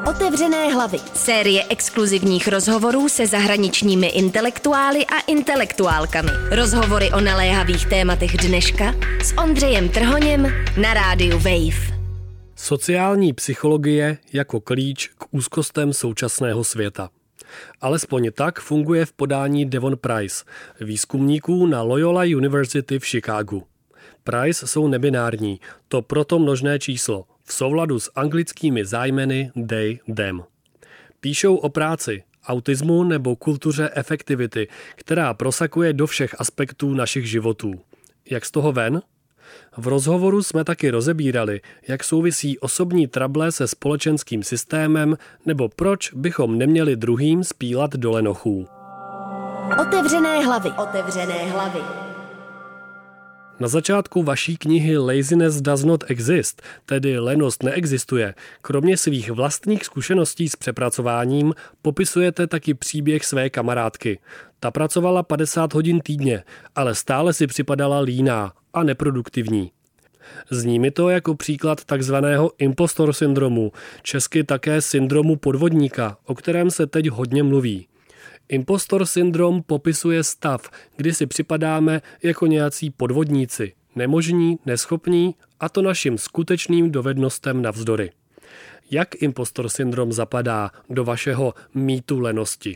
Otevřené hlavy. Série exkluzivních rozhovorů se zahraničními intelektuály a intelektuálkami. Rozhovory o naléhavých tématech dneška s Ondřejem Trhoněm na rádiu Wave. Sociální psychologie jako klíč k úzkostem současného světa. Alespoň tak funguje v podání Devon Price, výzkumníků na Loyola University v Chicagu. Price jsou nebinární, to proto množné číslo, v souladu s anglickými zájmeny they, them. Píšou o práci, autismu nebo kultuře efektivity, která prosakuje do všech aspektů našich životů. Jak z toho ven? V rozhovoru jsme taky rozebírali, jak souvisí osobní trable se společenským systémem nebo proč bychom neměli druhým spílat do lenochů. Otevřené hlavy. Otevřené hlavy. Na začátku vaší knihy Laziness Does Not Exist, tedy lenost neexistuje, kromě svých vlastních zkušeností s přepracováním, popisujete taky příběh své kamarádky. Ta pracovala 50 hodin týdně, ale stále si připadala líná a neproduktivní. Zní mi to jako příklad takzvaného impostor syndromu, česky také syndromu podvodníka, o kterém se teď hodně mluví. Impostor syndrom popisuje stav, kdy si připadáme jako nějací podvodníci, nemožní, neschopní, a to našim skutečným dovednostem navzdory. Jak impostor syndrom zapadá do vašeho mýtu lenosti?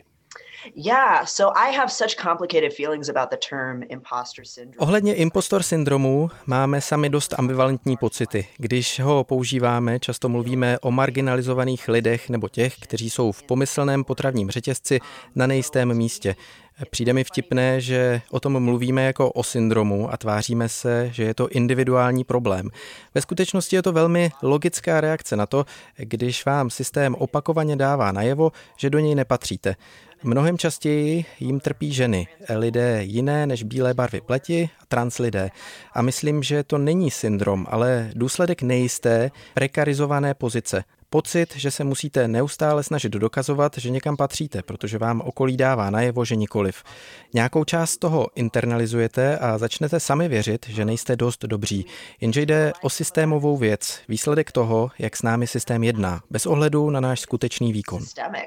Ohledně impostor syndromu máme sami dost ambivalentní pocity. Když ho používáme, často mluvíme o marginalizovaných lidech nebo těch, kteří jsou v pomyslném potravním řetězci na nejistém místě. Přijde mi vtipné, že o tom mluvíme jako o syndromu a tváříme se, že je to individuální problém. Ve skutečnosti je to velmi logická reakce na to, když vám systém opakovaně dává najevo, že do něj nepatříte. Mnohem častěji jim trpí ženy, lidé jiné než bílé barvy pleti a trans lidé. A myslím, že to není syndrom, ale důsledek nejisté, prekarizované pozice. Pocit, že se musíte neustále snažit dokazovat, že někam patříte, protože vám okolí dává najevo, že nikoliv. Nějakou část toho internalizujete a začnete sami věřit, že nejste dost dobří. Jenže jde o systémovou věc, výsledek toho, jak s námi systém jedná, bez ohledu na náš skutečný výkon.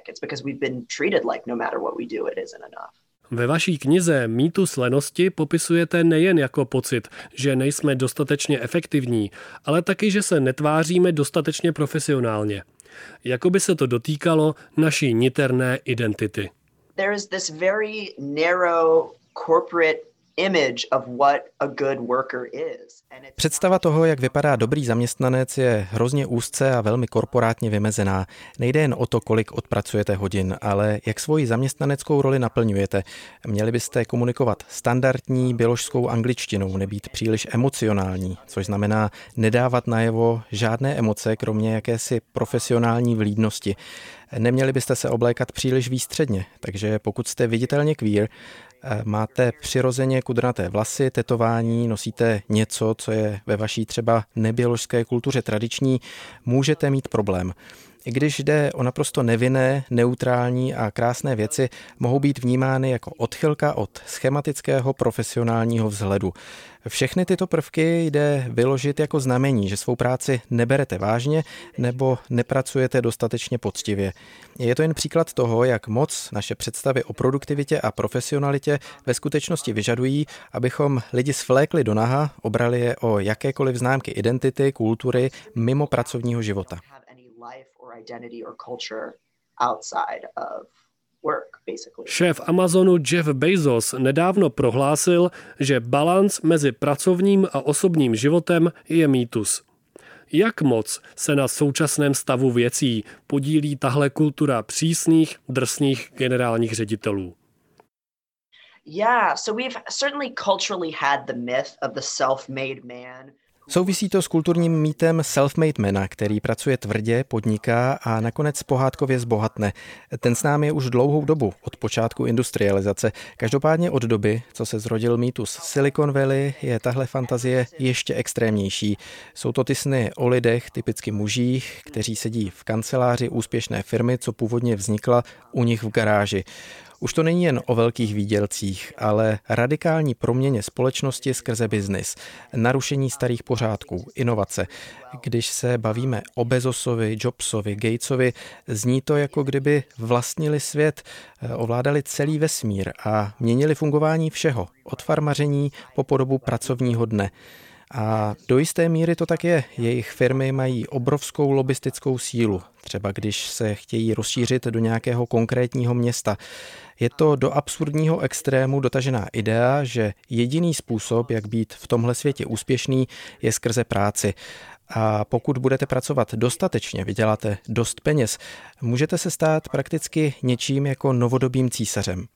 Ve vaší knize Mýtus lenosti popisujete nejen jako pocit, že nejsme dostatečně efektivní, ale taky, že se netváříme dostatečně profesionálně. Jako by se to dotýkalo naší niterné identity. There is this very narrow corporate image of what a good worker is. Představa toho, jak vypadá dobrý zaměstnanec, je hrozně úzce a velmi korporátně vymezená. Nejde jen o to, kolik odpracujete hodin, ale jak svoji zaměstnaneckou roli naplňujete. Měli byste komunikovat standardní běložskou angličtinou, nebýt příliš emocionální, což znamená nedávat najevo žádné emoce, kromě jakési profesionální vlídnosti. Neměli byste se oblékat příliš výstředně, takže pokud jste viditelně queer, máte přirozeně kudrnaté vlasy, tetování, nosíte něco, co je ve vaší třeba neběložské kultuře tradiční, můžete mít problém. I když jde o naprosto nevinné, neutrální a krásné věci, mohou být vnímány jako odchylka od schematického profesionálního vzhledu. Všechny tyto prvky jde vyložit jako znamení, že svou práci neberete vážně nebo nepracujete dostatečně poctivě. Je to jen příklad toho, jak moc naše představy o produktivitě a profesionalitě ve skutečnosti vyžadují, abychom lidi svlékli do naha, obrali je o jakékoliv známky identity, kultury mimo pracovního života. Šéf Amazonu Jeff Bezos nedávno prohlásil, že balanc mezi pracovním a osobním životem je mýtus. Jak moc se na současném stavu věcí podílí tahle kultura přísných, drsných generálních ředitelů? So we've certainly culturally had the myth of the self-made man. Souvisí to s kulturním mýtem self-made mana, který pracuje tvrdě, podniká a nakonec pohádkově zbohatne. Ten s námi je už dlouhou dobu, od počátku industrializace. Každopádně od doby, co se zrodil mýtus Silicon Valley, je tahle fantazie ještě extrémnější. Jsou to ty sny o lidech, typicky mužích, kteří sedí v kanceláři úspěšné firmy, co původně vznikla u nich v garáži. Už to není jen o velkých výdělcích, ale radikální proměně společnosti skrze biznis, narušení starých pořádků, inovace. Když se bavíme o Bezosovi, Jobsovi, Gatesovi, zní to, jako kdyby vlastnili svět, ovládali celý vesmír a měnili fungování všeho, od farmaření po podobu pracovního dne. A do jisté míry to tak je. Jejich firmy mají obrovskou lobistickou sílu, třeba když se chtějí rozšířit do nějakého konkrétního města. Je to do absurdního extrému dotažená idea, že jediný způsob, jak být v tomhle světě úspěšný, je skrze práci. A pokud budete pracovat dostatečně, vyděláte dost peněz, můžete se stát prakticky něčím jako novodobým císařem.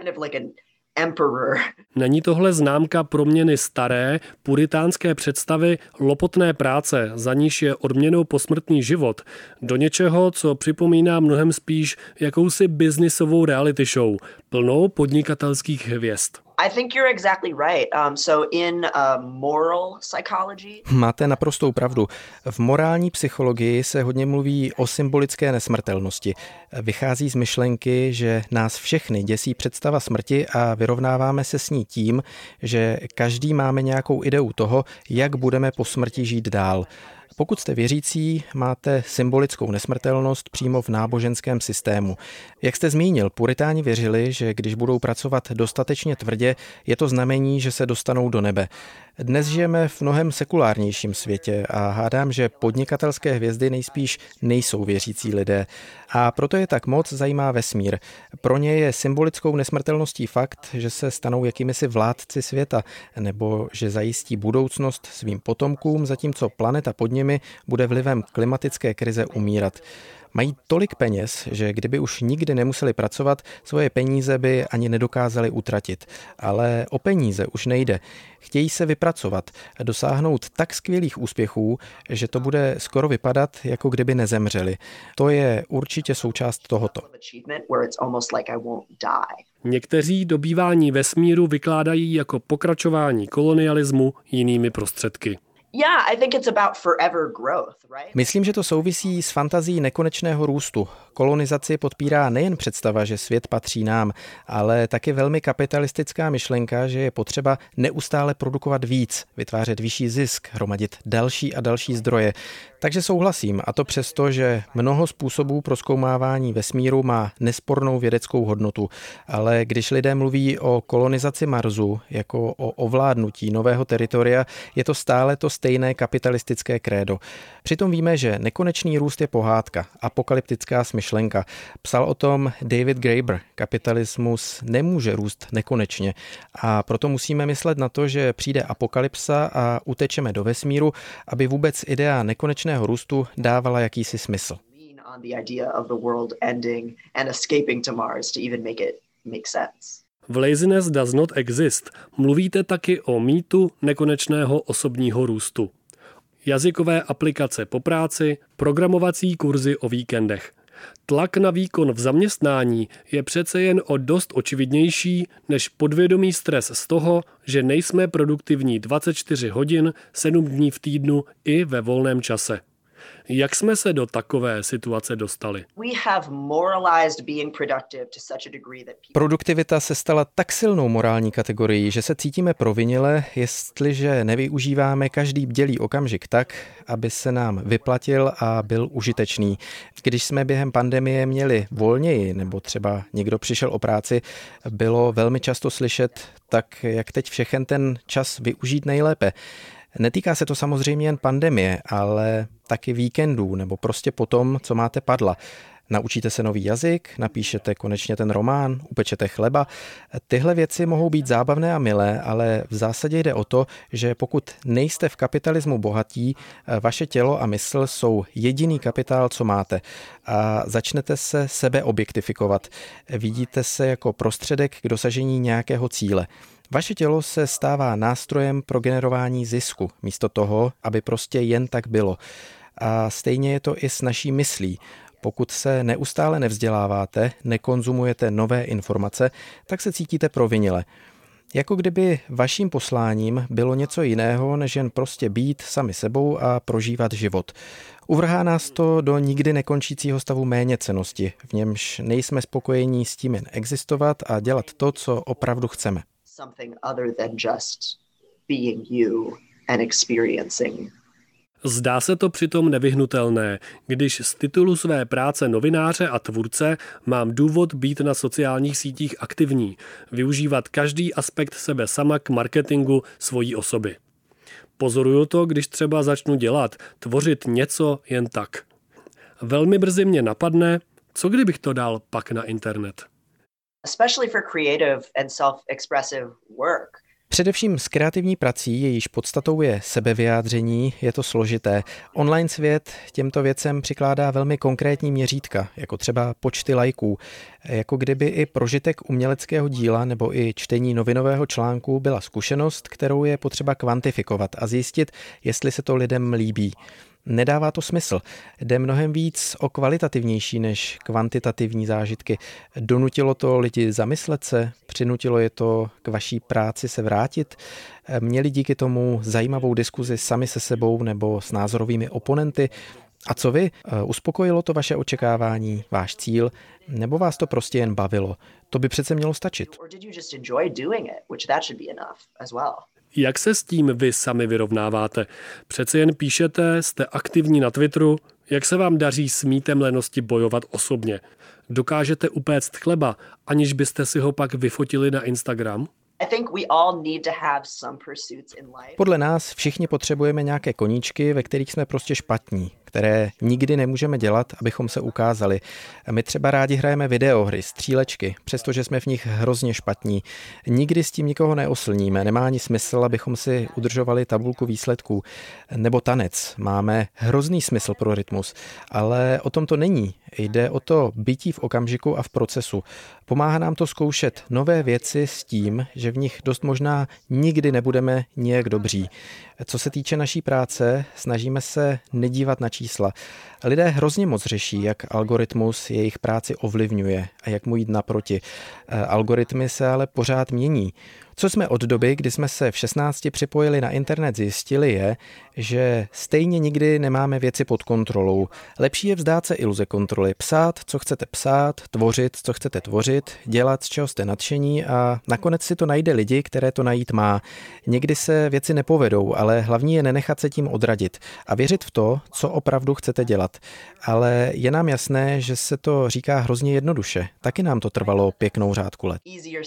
Emperor. Není tohle známka proměny staré, puritánské představy lopotné práce, za níž je odměnou posmrtný život, do něčeho, co připomíná mnohem spíš jakousi biznisovou reality show, plnou podnikatelských hvězd? I think you're exactly right. So in moral psychology... Máte naprostou pravdu. V morální psychologii se hodně mluví o symbolické nesmrtelnosti. Vychází z myšlenky, že nás všechny děsí představa smrti a vyrovnáváme se s ní tím, že každý máme nějakou ideu toho, jak budeme po smrti žít dál. Pokud jste věřící, máte symbolickou nesmrtelnost přímo v náboženském systému. Jak jste zmínil, puritáni věřili, že když budou pracovat dostatečně tvrdě, je to znamení, že se dostanou do nebe. Dnes žijeme v mnohem sekulárnějším světě a hádám, že podnikatelské hvězdy nejspíš nejsou věřící lidé. A proto je tak moc zajímá vesmír. Pro ně je symbolickou nesmrtelností fakt, že se stanou jakýmisi vládci světa, nebo že zajistí budoucnost svým potomkům, zatímco planeta pod nimi bude vlivem klimatické krize umírat. Mají tolik peněz, že kdyby už nikdy nemuseli pracovat, svoje peníze by ani nedokázali utratit. Ale o peníze už nejde. Chtějí se vypracovat, dosáhnout tak skvělých úspěchů, že to bude skoro vypadat, jako kdyby nezemřeli. To je určitě součást tohoto. Někteří dobývání vesmíru vykládají jako pokračování kolonialismu jinými prostředky. Myslím, že to souvisí s fantazií nekonečného růstu. Kolonizaci podpírá nejen představa, že svět patří nám, ale taky velmi kapitalistická myšlenka, že je potřeba neustále produkovat víc, vytvářet vyšší zisk, hromadit další a další zdroje. Takže souhlasím, a to přesto, že mnoho způsobů prozkoumávání vesmíru má nespornou vědeckou hodnotu. Ale když lidé mluví o kolonizaci Marsu jako o ovládnutí nového teritoria, je to stále to stejné kapitalistické krédo. Přitom víme, že nekonečný růst je pohádka, apokalyptická smyšlenka. Psal o tom David Graeber. Kapitalismus nemůže růst nekonečně a proto musíme myslet na to, že přijde apokalypsa a utečeme do vesmíru, aby vůbec idea nekonečného růstu dávala jakýsi smysl. V Laziness Does Not Exist mluvíte taky o mýtu nekonečného osobního růstu. Jazykové aplikace po práci, programovací kurzy o víkendech. Tlak na výkon v zaměstnání je přece jen o dost očividnější než podvědomý stres z toho, že nejsme produktivní 24 hodin, 7 dní v týdnu i ve volném čase. Jak jsme se do takové situace dostali? Produktivita se stala tak silnou morální kategorií, že se cítíme provinile, jestliže nevyužíváme každý bdělý okamžik tak, aby se nám vyplatil a byl užitečný. Když jsme během pandemie měli volněji, nebo třeba někdo přišel o práci, bylo velmi často slyšet, tak jak teď všechen ten čas využít nejlépe. Netýká se to samozřejmě jen pandemie, ale taky víkendů nebo prostě potom, co máte padla. Naučíte se nový jazyk, napíšete konečně ten román, upečete chleba. Tyhle věci mohou být zábavné a milé, ale v zásadě jde o to, že pokud nejste v kapitalismu bohatí, vaše tělo a mysl jsou jediný kapitál, co máte. A začnete se sebe objektifikovat. Vidíte se jako prostředek k dosažení nějakého cíle. Vaše tělo se stává nástrojem pro generování zisku, místo toho, aby prostě jen tak bylo. A stejně je to i s naší myslí. Pokud se neustále nevzděláváte, nekonzumujete nové informace, tak se cítíte provinile. Jako kdyby vaším posláním bylo něco jiného, než jen prostě být sami sebou a prožívat život. Uvrhá nás to do nikdy nekončícího stavu méněcennosti, v němž nejsme spokojení s tím jen existovat a dělat to, co opravdu chceme. Zdá se to přitom nevyhnutelné, když z titulu své práce novináře a tvůrce mám důvod být na sociálních sítích aktivní, využívat každý aspekt sebe sama k marketingu svojí osoby. Pozoruju to, když třeba začnu tvořit něco jen tak. Velmi brzy mě napadne, co kdybych to dal pak na internet. Especially for creative and self-expressive work. Především s kreativní prací, jejíž podstatou je sebevyjádření, je to složité. Online svět těmto věcem přikládá velmi konkrétní měřítka, jako třeba počty lajků. Jako kdyby i prožitek uměleckého díla nebo i čtení novinového článku byla zkušenost, kterou je potřeba kvantifikovat a zjistit, jestli se to lidem líbí. Nedává to smysl. Jde mnohem víc o kvalitativnější než kvantitativní zážitky. Donutilo to lidi zamyslet se, přinutilo je to k vaší práci se vrátit, měli díky tomu zajímavou diskuzi sami se sebou nebo s názorovými oponenty. A co vy? Uspokojilo to vaše očekávání, váš cíl, nebo vás to prostě jen bavilo? To by přece mělo stačit. Jak se s tím vy sami vyrovnáváte? Přece jen píšete, jste aktivní na Twitteru, jak se vám daří s mýtem lenosti bojovat osobně? Dokážete upéct chleba, aniž byste si ho pak vyfotili na Instagram? Podle nás všichni potřebujeme nějaké koníčky, ve kterých jsme prostě špatní, které nikdy nemůžeme dělat, abychom se ukázali. My třeba rádi hrajeme videohry, střílečky, přestože jsme v nich hrozně špatní. Nikdy s tím nikoho neoslníme, nemá ani smysl, abychom si udržovali tabulku výsledků. Nebo tanec, máme hrozný smysl pro rytmus, ale o tom to není. Jde o to bytí v okamžiku a v procesu. Pomáhá nám to zkoušet nové věci s tím, že v nich dost možná nikdy nebudeme nijak dobří. Co se týče naší práce, snažíme se nedívat na čísla. Lidé hrozně moc řeší, jak algoritmus jejich práci ovlivňuje a jak mu jít naproti. Algoritmy se ale pořád mění. Co jsme od doby, kdy jsme se v 16 připojili na internet, zjistili je, že stejně nikdy nemáme věci pod kontrolou. Lepší je vzdát se iluze kontroly, psát, co chcete psát, tvořit, co chcete tvořit, dělat, z čeho jste nadšení a nakonec si to najde lidi, které to najít má. Někdy se věci nepovedou, ale hlavní je nenechat se tím odradit a věřit v to, co opravdu chcete dělat. Ale je nám jasné, že se to říká hrozně jednoduše. Taky nám to trvalo pěknou řádku let.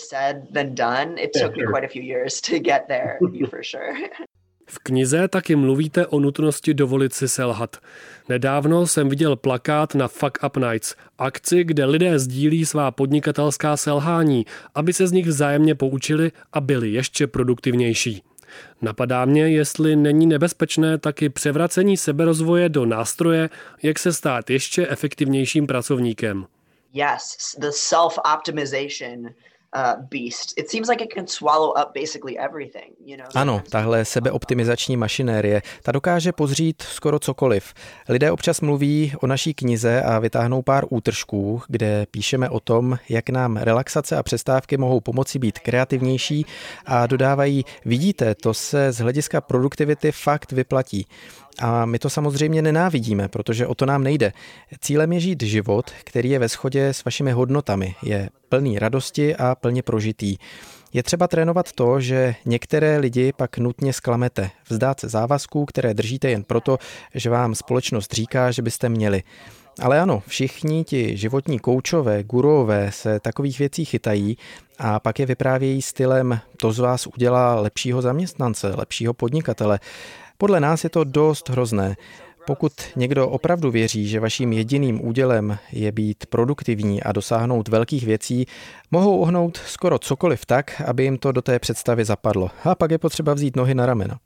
V knize taky mluvíte o nutnosti dovolit si selhat. Nedávno jsem viděl plakát na Fuck Up Nights, akci, kde lidé sdílí svá podnikatelská selhání, aby se z nich vzájemně poučili a byli ještě produktivnější. Napadá mě, jestli není nebezpečné taky převracení seberozvoje do nástroje, jak se stát ještě efektivnějším pracovníkem. Yes, the self-optimization beast. It seems like it can swallow up basically everything, you know. Ano, tahle sebeoptimizační mašinérie, ta dokáže pozřít skoro cokoliv. Lidé občas mluví o naší knize a vytáhnou pár útržků, kde píšeme o tom, jak nám relaxace a přestávky mohou pomoci být kreativnější a dodávají, vidíte, to se z hlediska produktivity fakt vyplatí. A my to samozřejmě nenávidíme, protože o to nám nejde. Cílem je žít život, který je ve shodě s vašimi hodnotami, je plný radosti a plně prožitý. Je třeba trénovat to, že některé lidi pak nutně zklamete, vzdát se závazků, které držíte jen proto, že vám společnost říká, že byste měli. Ale ano, všichni ti životní koučové, gurové se takových věcí chytají a pak je vyprávějí stylem, to z vás udělá lepšího zaměstnance, lepšího podnikatele. Podle nás je to dost hrozné. Pokud někdo opravdu věří, že vaším jediným údělem je být produktivní a dosáhnout velkých věcí, mohou ohnout skoro cokoliv tak, aby jim to do té představy zapadlo. A pak je potřeba vzít nohy na ramena.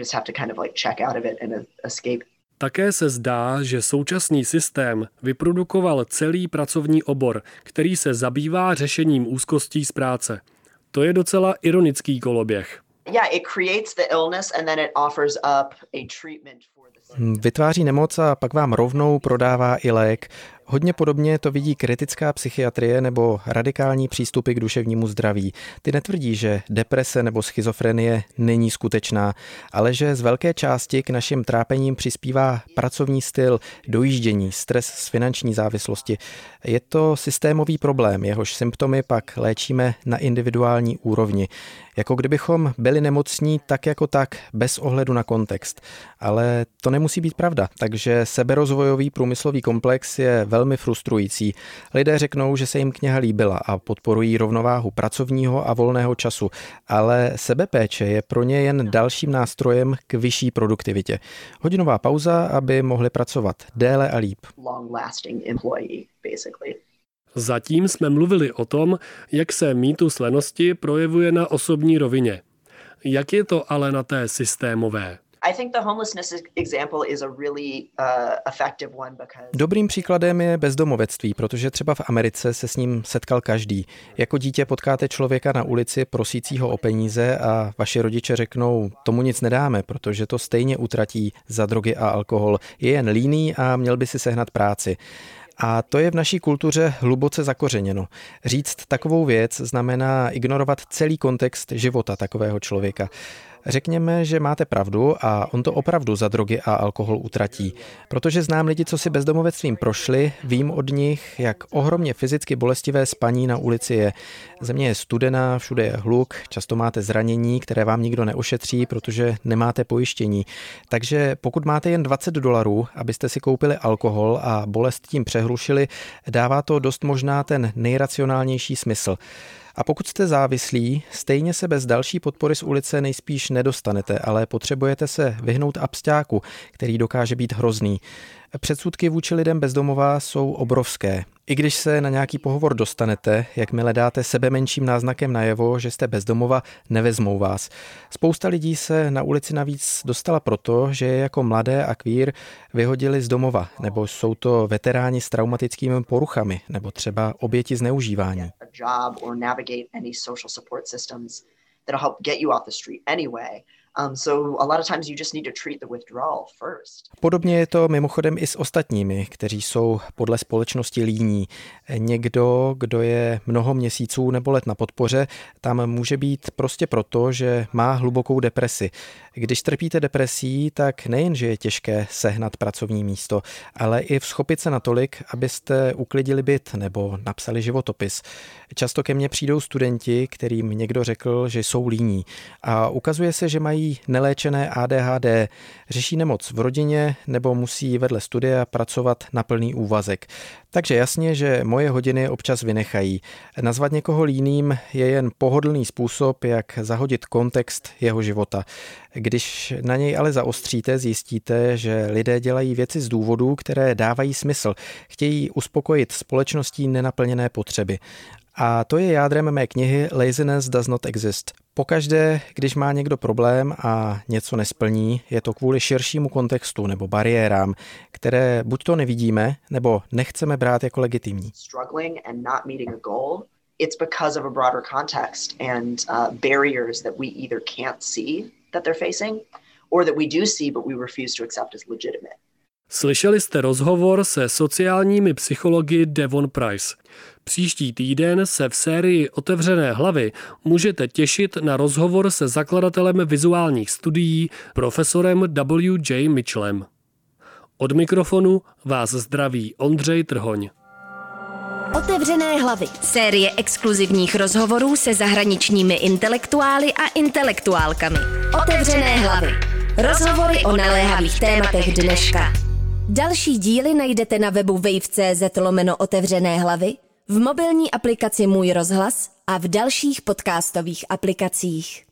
Také se zdá, že současný systém vyprodukoval celý pracovní obor, který se zabývá řešením úzkostí z práce. To je docela ironický koloběh. Vytváří nemoc a pak vám rovnou prodává i lék. Hodně podobně to vidí kritická psychiatrie nebo radikální přístupy k duševnímu zdraví. Ty netvrdí, že deprese nebo schizofrenie není skutečná, ale že z velké části k našim trápením přispívá pracovní styl, dojíždění, stres z finanční závislosti. Je to systémový problém, jehož symptomy pak léčíme na individuální úrovni. Jako kdybychom byli nemocní tak jako tak, bez ohledu na kontext. Ale to nemusí být pravda, takže seberozvojový průmyslový komplex je velmi frustrující. Lidé řeknou, že se jim kniha líbila a podporují rovnováhu pracovního a volného času, ale sebepéče je pro ně jen dalším nástrojem k vyšší produktivitě. Hodinová pauza, aby mohli pracovat déle a líp. Zatím jsme mluvili o tom, jak se mýtus lenosti projevuje na osobní rovině. Jak je to ale na té systémové? Dobrým příkladem je bezdomovectví, protože třeba v Americe se s ním setkal každý. Jako dítě potkáte člověka na ulici prosícího o peníze a vaši rodiče řeknou, tomu nic nedáme, protože to stejně utratí za drogy a alkohol. Je jen líný a měl by si sehnat práci. A to je v naší kultuře hluboce zakořeněno. Říct takovou věc znamená ignorovat celý kontext života takového člověka. Řekněme, že máte pravdu a on to opravdu za drogy a alkohol utratí. Protože znám lidi, co si bezdomovectvím prošli, vím od nich, jak ohromně fyzicky bolestivé spaní na ulici je. Země je studená, všude je hluk, často máte zranění, které vám nikdo neošetří, protože nemáte pojištění. Takže pokud máte jen $20, abyste si koupili alkohol a bolest tím přehlušili, dává to dost možná ten nejracionálnější smysl. A pokud jste závislí, stejně se bez další podpory z ulice nejspíš nedostanete, ale potřebujete se vyhnout absťáku, který dokáže být hrozný. Předsudky vůči lidem bezdomová jsou obrovské. I když se na nějaký pohovor dostanete, jakmile dáte sebemenším náznakem najevo, že jste bezdomova, nevezmou vás. Spousta lidí se na ulici navíc dostala proto, že je jako mladé a queer vyhodili z domova, nebo jsou to veteráni s traumatickými poruchami, nebo třeba oběti zneužívání. Podobně je to mimochodem i s ostatními, kteří jsou podle společnosti líní. Někdo, kdo je mnoho měsíců nebo let na podpoře, tam může být prostě proto, že má hlubokou depresi. Když trpíte depresí, tak nejen, že je těžké sehnat pracovní místo, ale i vzchopit se natolik, abyste uklidili byt nebo napsali životopis. Často ke mně přijdou studenti, kterým někdo řekl, že jsou líní a ukazuje se, že mají neléčené ADHD, řeší nemoc v rodině nebo musí vedle studia pracovat na plný úvazek. Takže jasně, že moje hodiny občas vynechají. Nazvat někoho líným je jen pohodlný způsob, jak zahodit kontext jeho života. Když na něj ale zaostříte, zjistíte, že lidé dělají věci z důvodů, které dávají smysl. Chtějí uspokojit společností nenaplněné potřeby. A to je jádrem mé knihy Laziness Does Not Exist. Pokaždé, když má někdo problém a něco nesplní, je to kvůli širšímu kontextu nebo bariérám, které buď to nevidíme, nebo nechceme brát jako legitimní. It's because of a broader context and barriers that we either can't see that they're facing or that we do see but we refuse to accept as legitimate. Slyšeli jste rozhovor se sociálními psychologi Devon Price. Příští týden se v sérii Otevřené hlavy můžete těšit na rozhovor se zakladatelem vizuálních studií profesorem W.J. Mitchellem. Od mikrofonu vás zdraví Ondřej Trhoň. Otevřené hlavy. Série exkluzivních rozhovorů se zahraničními intelektuály a intelektuálkami. Otevřené hlavy. Rozhovory o naléhavých tématech dneška. Další díly najdete na webu wave.cz/otevřené hlavy, v mobilní aplikaci Můj rozhlas a v dalších podcastových aplikacích.